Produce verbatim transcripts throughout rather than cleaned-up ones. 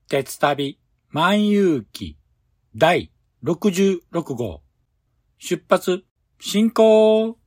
鉄旅万有記第ろくじゅうろく号出発進行。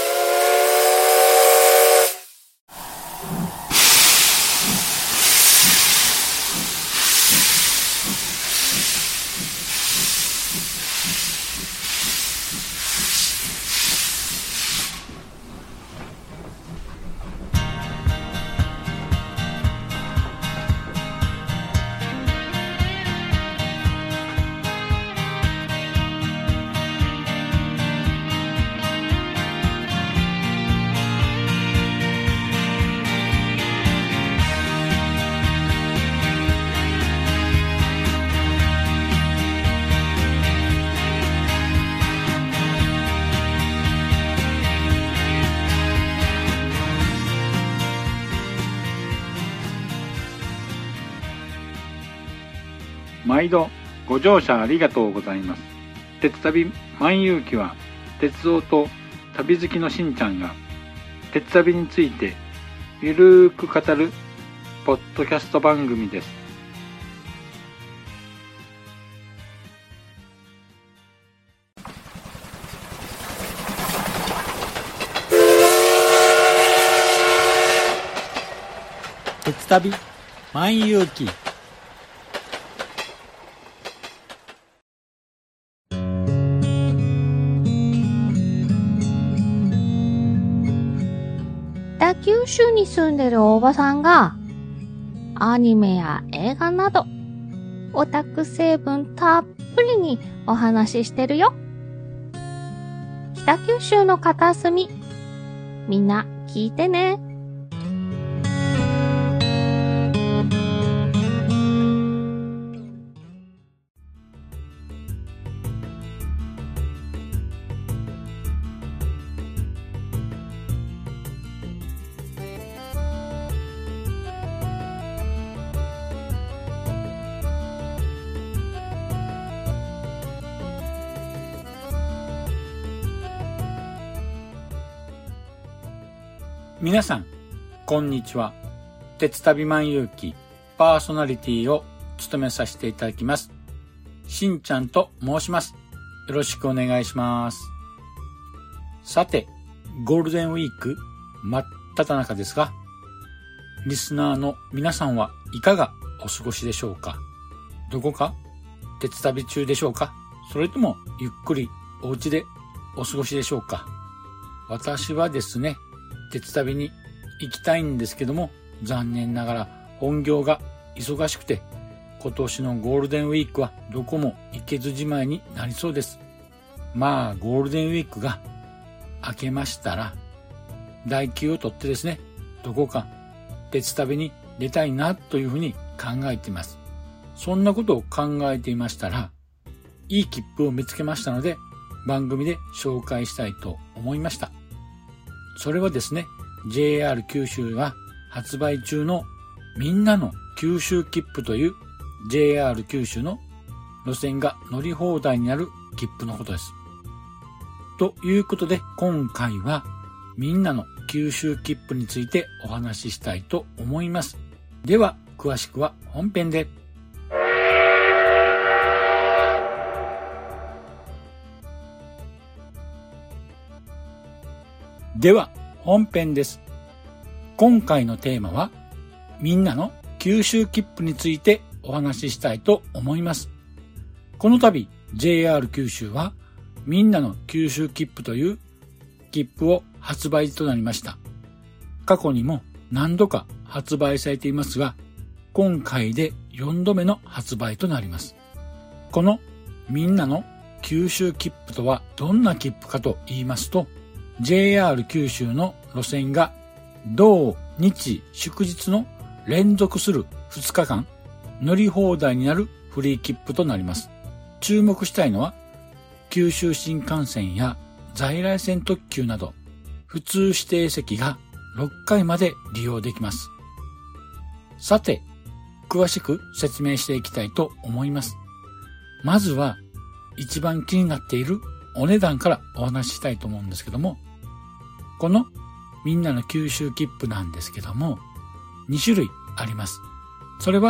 毎度ご乗車ありがとうございます。鉄旅万有記は鉄道と旅好きのしんちゃんが鉄旅についてゆるーく語るポッドキャスト番組です。 鉄旅万有記北九州に住んでるおばさんがアニメや映画などオタク成分たっぷりにお話ししてるよ。北九州の片隅、みんな聞いてね。 皆さんこんにちは。鉄旅万有記パーソナリティを務めさせていただきますしんちゃんと申します。よろしくお願いします。さてゴールデンウィーク真っ只中ですが、リスナーの皆さんはいかがお過ごしでしょうか。どこか鉄旅中でしょうか、それともゆっくりお家でお過ごしでしょうか。私はですね、鉄旅に行きたいんですけども、残念ながら本業が忙しくて今年のゴールデンウィークはどこも行けずじまいになりそうです。まあゴールデンウィークが明けましたら代休を取ってですね、どこか鉄旅に出たいなというふうに考えています。そんなことを考えていましたら、いい切符を見つけましたので番組で紹介したいと思いました。それはですね、 ジェイアール 九州が発売中のみんなの九州切符という ジェイアール 九州の路線が乗り放題になる切符のことです。ということで今回はみんなの九州切符についてお話ししたいと思います。では詳しくは本編で。では本編です。今回のテーマはみんなの九州切符についてお話ししたいと思います。この度 ジェイアール 九州はみんなの九州切符という切符を発売となりました。過去にも何度か発売されていますが、今回でよんどめの発売となります。このみんなの九州切符とはどんな切符かと言いますと、ジェイアール 九州の路線が土日祝日の連続するふつかかん乗り放題になるフリー切符となります。注目したいのは九州新幹線や在来線特急など普通指定席がろっかいまで利用できます。さて詳しく説明していきたいと思います。まずは一番気になっているお値段からお話ししたいと思うんですけども、このみんなの九州切符なんですけどもにしゅるいあります。それは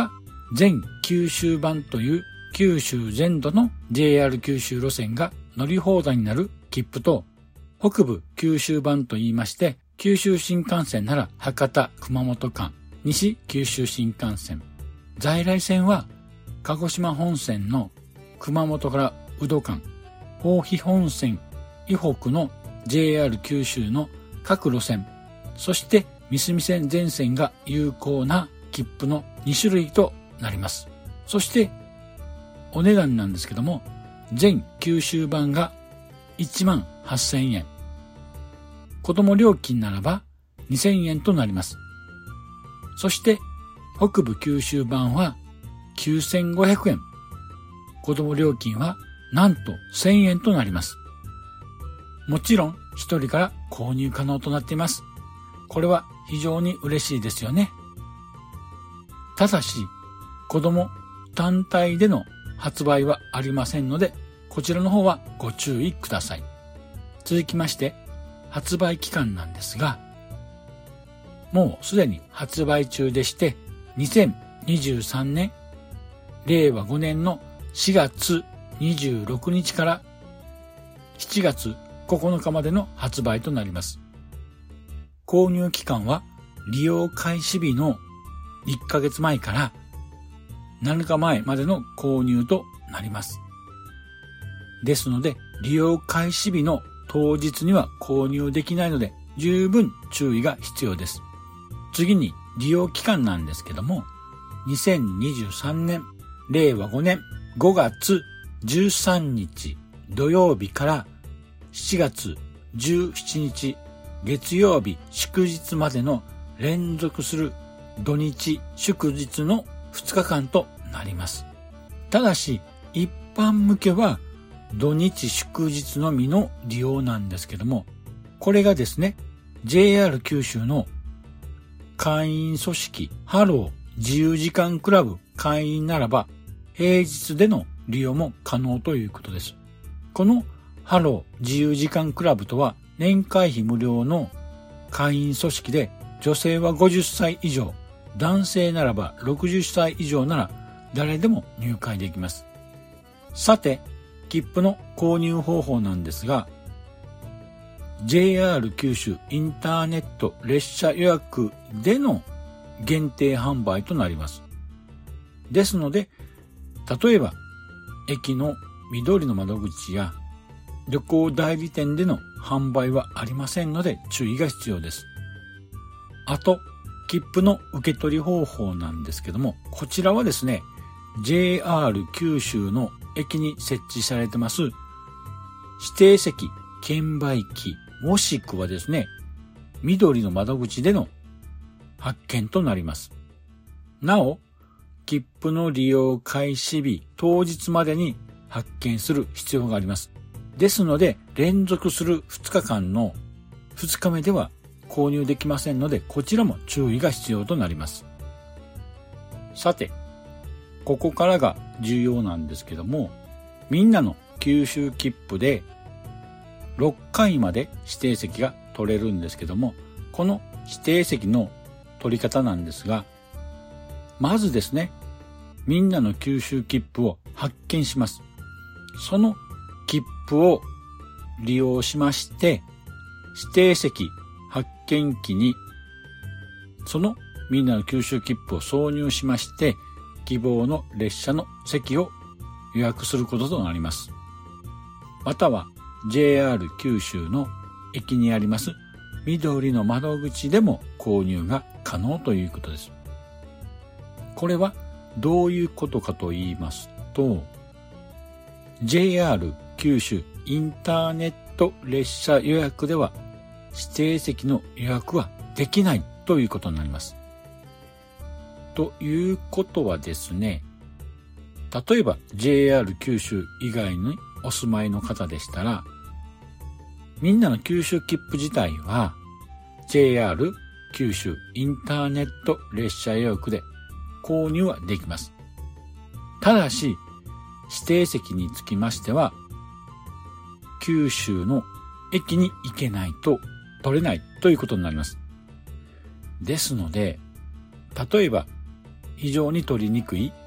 全九州版という九州全土の ジェイアール 九州路線が乗り放題になる切符と、北部九州版と言いまして、九州新幹線なら博多熊本間、西九州新幹線、在来線は鹿児島本線の熊本から宇土間、豊肥本線以北の ジェイアール 九州の各路線、そして三隅線全線が有効な切符のに種類となります。そしてお値段なんですけども、全九州版がいちまんはっせんえん、子供料金ならばにせんえんとなります。そして北部九州版はきゅうせんごひゃくえん、子供料金はなんとせんえんとなります。もちろんひとりから購入可能となっています。これは非常に嬉しいですよね。ただし子供単体での発売はありませんので、こちらの方はご注意ください。続きまして発売期間なんですが、もうすでに発売中でして、にせんにじゅうさんねんれいわごねんのしがつにじゅうろくにちからしちがつここのかまでの発売となります。購入期間は利用開始日のいっかげつまえからなのかまえまでの購入となります。ですので、利用開始日の当日には購入できないので、十分注意が必要です。次に利用期間なんですけども、にせんにじゅうさんねんれいわごねんごがつじゅうさんにち土曜日からしちがつじゅうしちにち月曜日祝日までの連続する土日祝日のふつかかんとなります。ただし一般向けは土日祝日のみの利用なんですけども、これがですね ジェイアール 九州の会員組織ハロー自由時間クラブ会員ならば平日での利用も可能ということです。このハロー自由時間クラブとは年会費無料の会員組織で、女性はごじゅっさい以上、男性ならばろくじゅっさい以上なら誰でも入会できます。さて、切符の購入方法なんですが、ジェイアール 九州インターネット列車予約での限定販売となります。ですので、例えば駅の緑の窓口や旅行代理店での販売はありませんので注意が必要です。あと、切符の受け取り方法なんですけども、こちらはですね、ジェイアール 九州の駅に設置されてます指定席券売機もしくはですね、緑の窓口での発券となります。なお、切符の利用開始日当日までに発券する必要があります。ですので、連続するふつかかんのふつかめでは購入できませんので、こちらも注意が必要となります。さて、ここからが重要なんですけども、みんなの九州切符でろっかいまで指定席が取れるんですけども、この指定席の取り方なんですが、まずですね、みんなの九州切符を発券します。その切符を利用しまして、指定席発券機にそのみんなの九州切符を挿入しまして、希望の列車の席を予約することとなります。または ジェイアール 九州の駅にあります緑の窓口でも購入が可能ということです。これはどういうことかと言いますと、 ジェイアール 九州インターネット列車予約では指定席の予約はできないということになります。ということはですね、例えば ジェイアール 九州以外にお住まいの方でしたら、みんなの九州切符自体は ジェイアール 九州インターネット列車予約で購入はできます。ただし指定席につきましては九州の駅に行けないと取れないということになります。ですので、例えば非常に取りにくい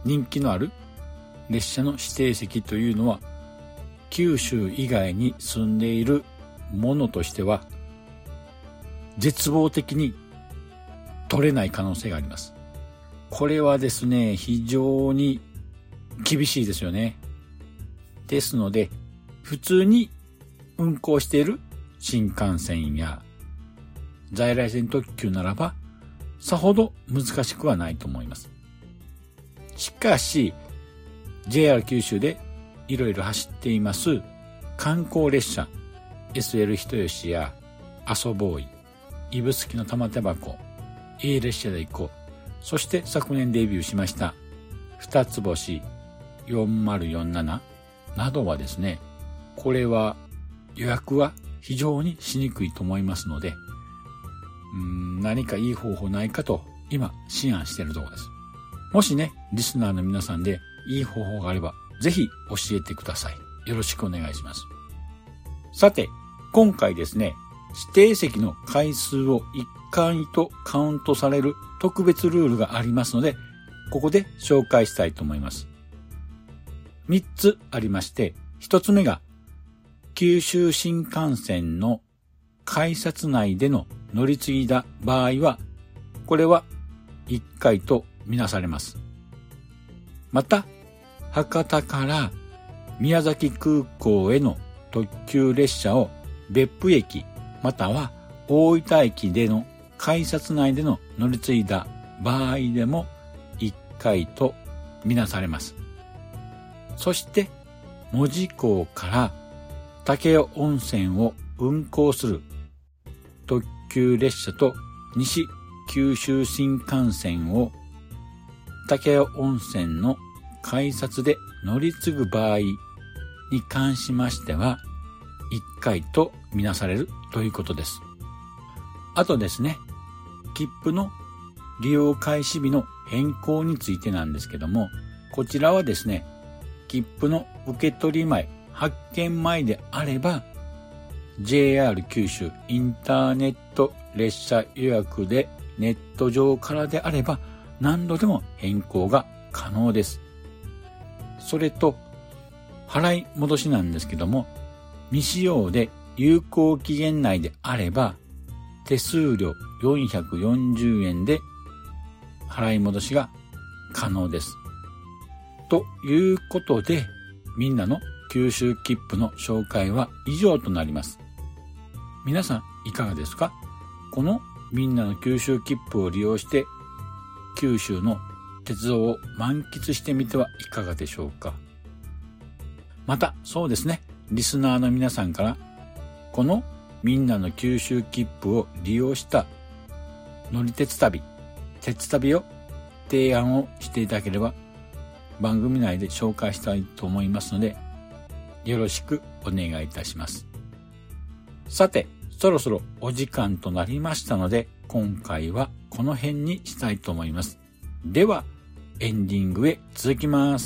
人気のある列車の指定席というのは九州以外に住んでいるものとしては絶望的に取れない可能性があります。これはですね、非常に厳しいですよね。ですので、普通に運行している新幹線や在来線特急ならば、さほど難しくはないと思います。しかし、ジェイアール 九州でいろいろ走っています観光列車、エスエル 人吉や阿蘇ボーイ、指宿の玉手箱、A 列車で行こう、そして昨年デビューしました二つ星よんまるよんなななどはですね、これは予約は非常にしにくいと思いますので、うーん何かいい方法ないかと今思案しているところです。もしね、リスナーの皆さんでいい方法があればぜひ教えてください。よろしくお願いします。さて、今回ですね、指定席の回数をいっかいとカウントされる特別ルールがありますので、ここで紹介したいと思います。みっつありまして、ひとつめが九州新幹線の改札内での乗り継ぎだ場合は、これはいっかいとみなされます。また、博多から宮崎空港への特急列車を別府駅または大分駅での改札内での乗り継いだ場合でもいっかいとみなされます。そして門司港から武雄温泉を運行する特急列車と西九州新幹線を武雄温泉の改札で乗り継ぐ場合に関しましてはいっかいとみなされるということです。あとですね、切符の利用開始日の変更についてなんですけども、こちらはですね、切符の受け取り前、発券前であれば ジェイアール 九州インターネット列車予約でネット上からであれば何度でも変更が可能です。それと払い戻しなんですけども、未使用で有効期限内であれば手数料よんひゃくよんじゅうえんで払い戻しが可能です。ということで、みんなの九州切符の紹介は以上となります。皆さんいかがですか？このみんなの九州切符を利用して九州の鉄道を満喫してみてはいかがでしょうか？また、そうですね、リスナーの皆さんからこのみんなの九州切符を利用した乗り鉄旅、鉄旅を提案をしていただければ番組内で紹介したいと思いますので、よろしくお願いいたします。さて、そろそろお時間となりましたので、今回はこの辺にしたいと思います。では、エンディングへ続きます。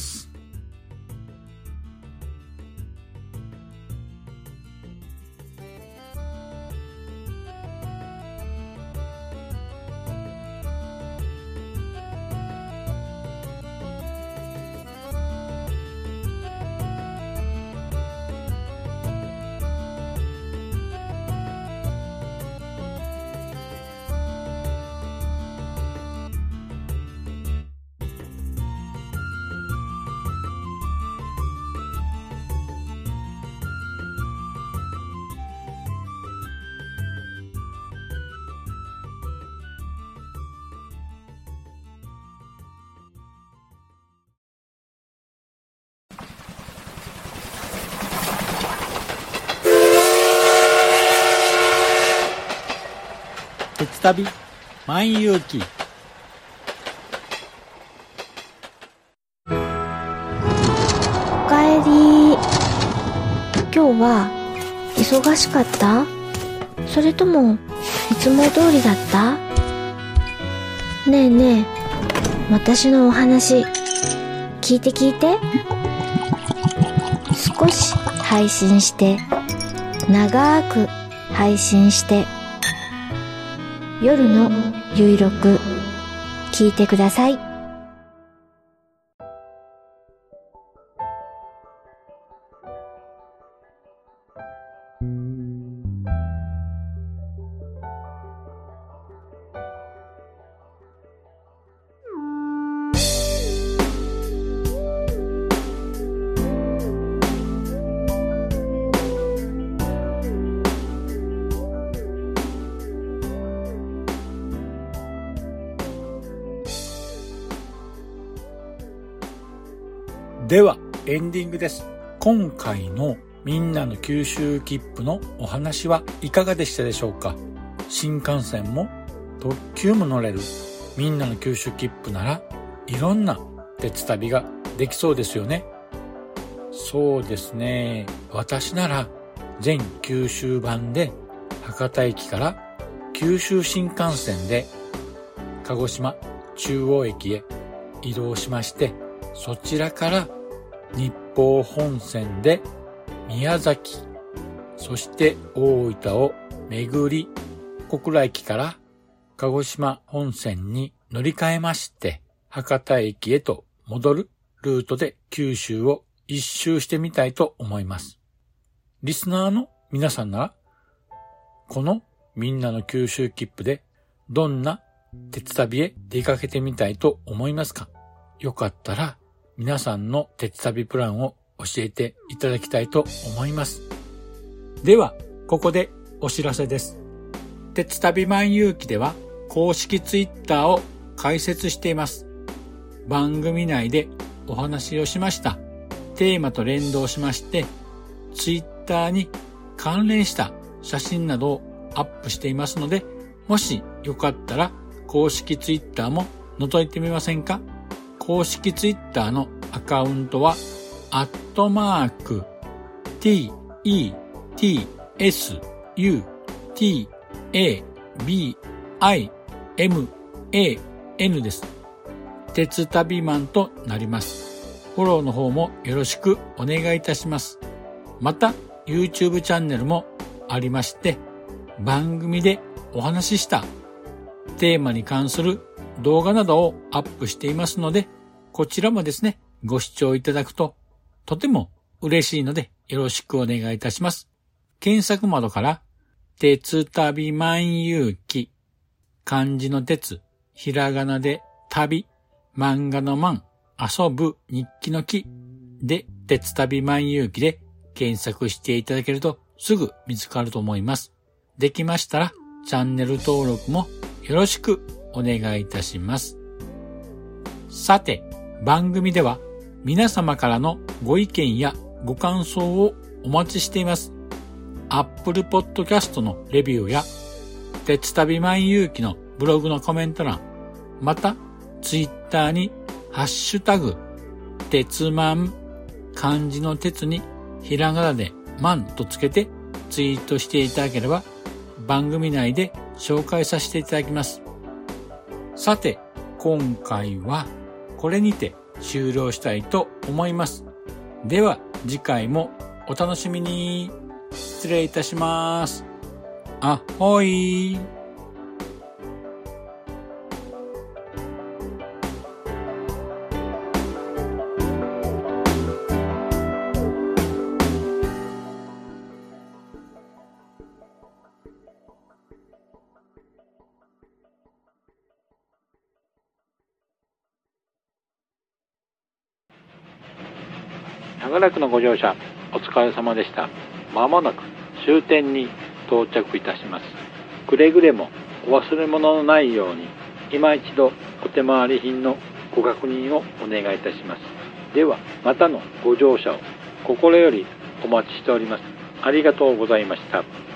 鉄旅万有記。 おかえり。今日は忙しかった？それともいつも通りだった？ねえねえ、私のお話聞いて聞いて。少し配信して長く配信して夜のゆいろく聞いてください。 ではエンディングです。今回のみんなの九州切符のお話はいかがでしたでしょうか。新幹線も特急も乗れるみんなの九州切符ならいろんな鉄旅ができそうですよね。そうですね。私なら全九州版で博多駅から九州新幹線で鹿児島中央駅へ移動しまして、そちらから日豊本線で宮崎、そして大分を巡り、小倉駅から鹿児島本線に乗り換えまして、博多駅へと戻るルートで九州を一周してみたいと思います。リスナーの皆さんなら、このみんなの九州切符でどんな鉄旅へ出かけてみたいと思いますか？よかったら皆さんの鉄旅プランを教えていただきたいと思います。では、ここでお知らせです。鉄旅万有記では公式ツイッターを開設しています。番組内でお話をしましたテーマと連動しまして、ツイッターに関連した写真などをアップしていますので、もしよかったら公式ツイッターも覗いてみませんか？公式ツイッターのアカウントはアットマーク ティー イー ティー エス ユー ティー エー ビー アイ エム エー エヌ です。鉄旅マンとなります。フォローの方もよろしくお願いいたします。また YouTube チャンネルもありまして、番組でお話ししたテーマに関する動画などをアップしていますので、こちらもですね、ご視聴いただくととても嬉しいのでよろしくお願いいたします。検索窓から鉄旅万有記、漢字の鉄、ひらがなで旅、漫画の漫、遊ぶ日記の記で鉄旅万有記で検索していただけるとすぐ見つかると思います。できましたらチャンネル登録もよろしくお願いいたします。さて、番組では皆様からのご意見やご感想をお待ちしています。Apple Podcast のレビューや鉄旅万有記のブログのコメント欄、また Twitter にハッシュタグ鉄マン、漢字の鉄にひらがなでマンとつけてツイートしていただければ番組内で紹介させていただきます。さて、今回はこれにて終了したいと思います。では次回もお楽しみに。失礼いたします。あほい。 長らくのご乗車お疲れ様でした。まもなく終点に到着いたします。くれぐれもお忘れ物のないように今一度お手回り品のご確認をお願いいたします。ではまたのご乗車を心よりお待ちしております。ありがとうございました。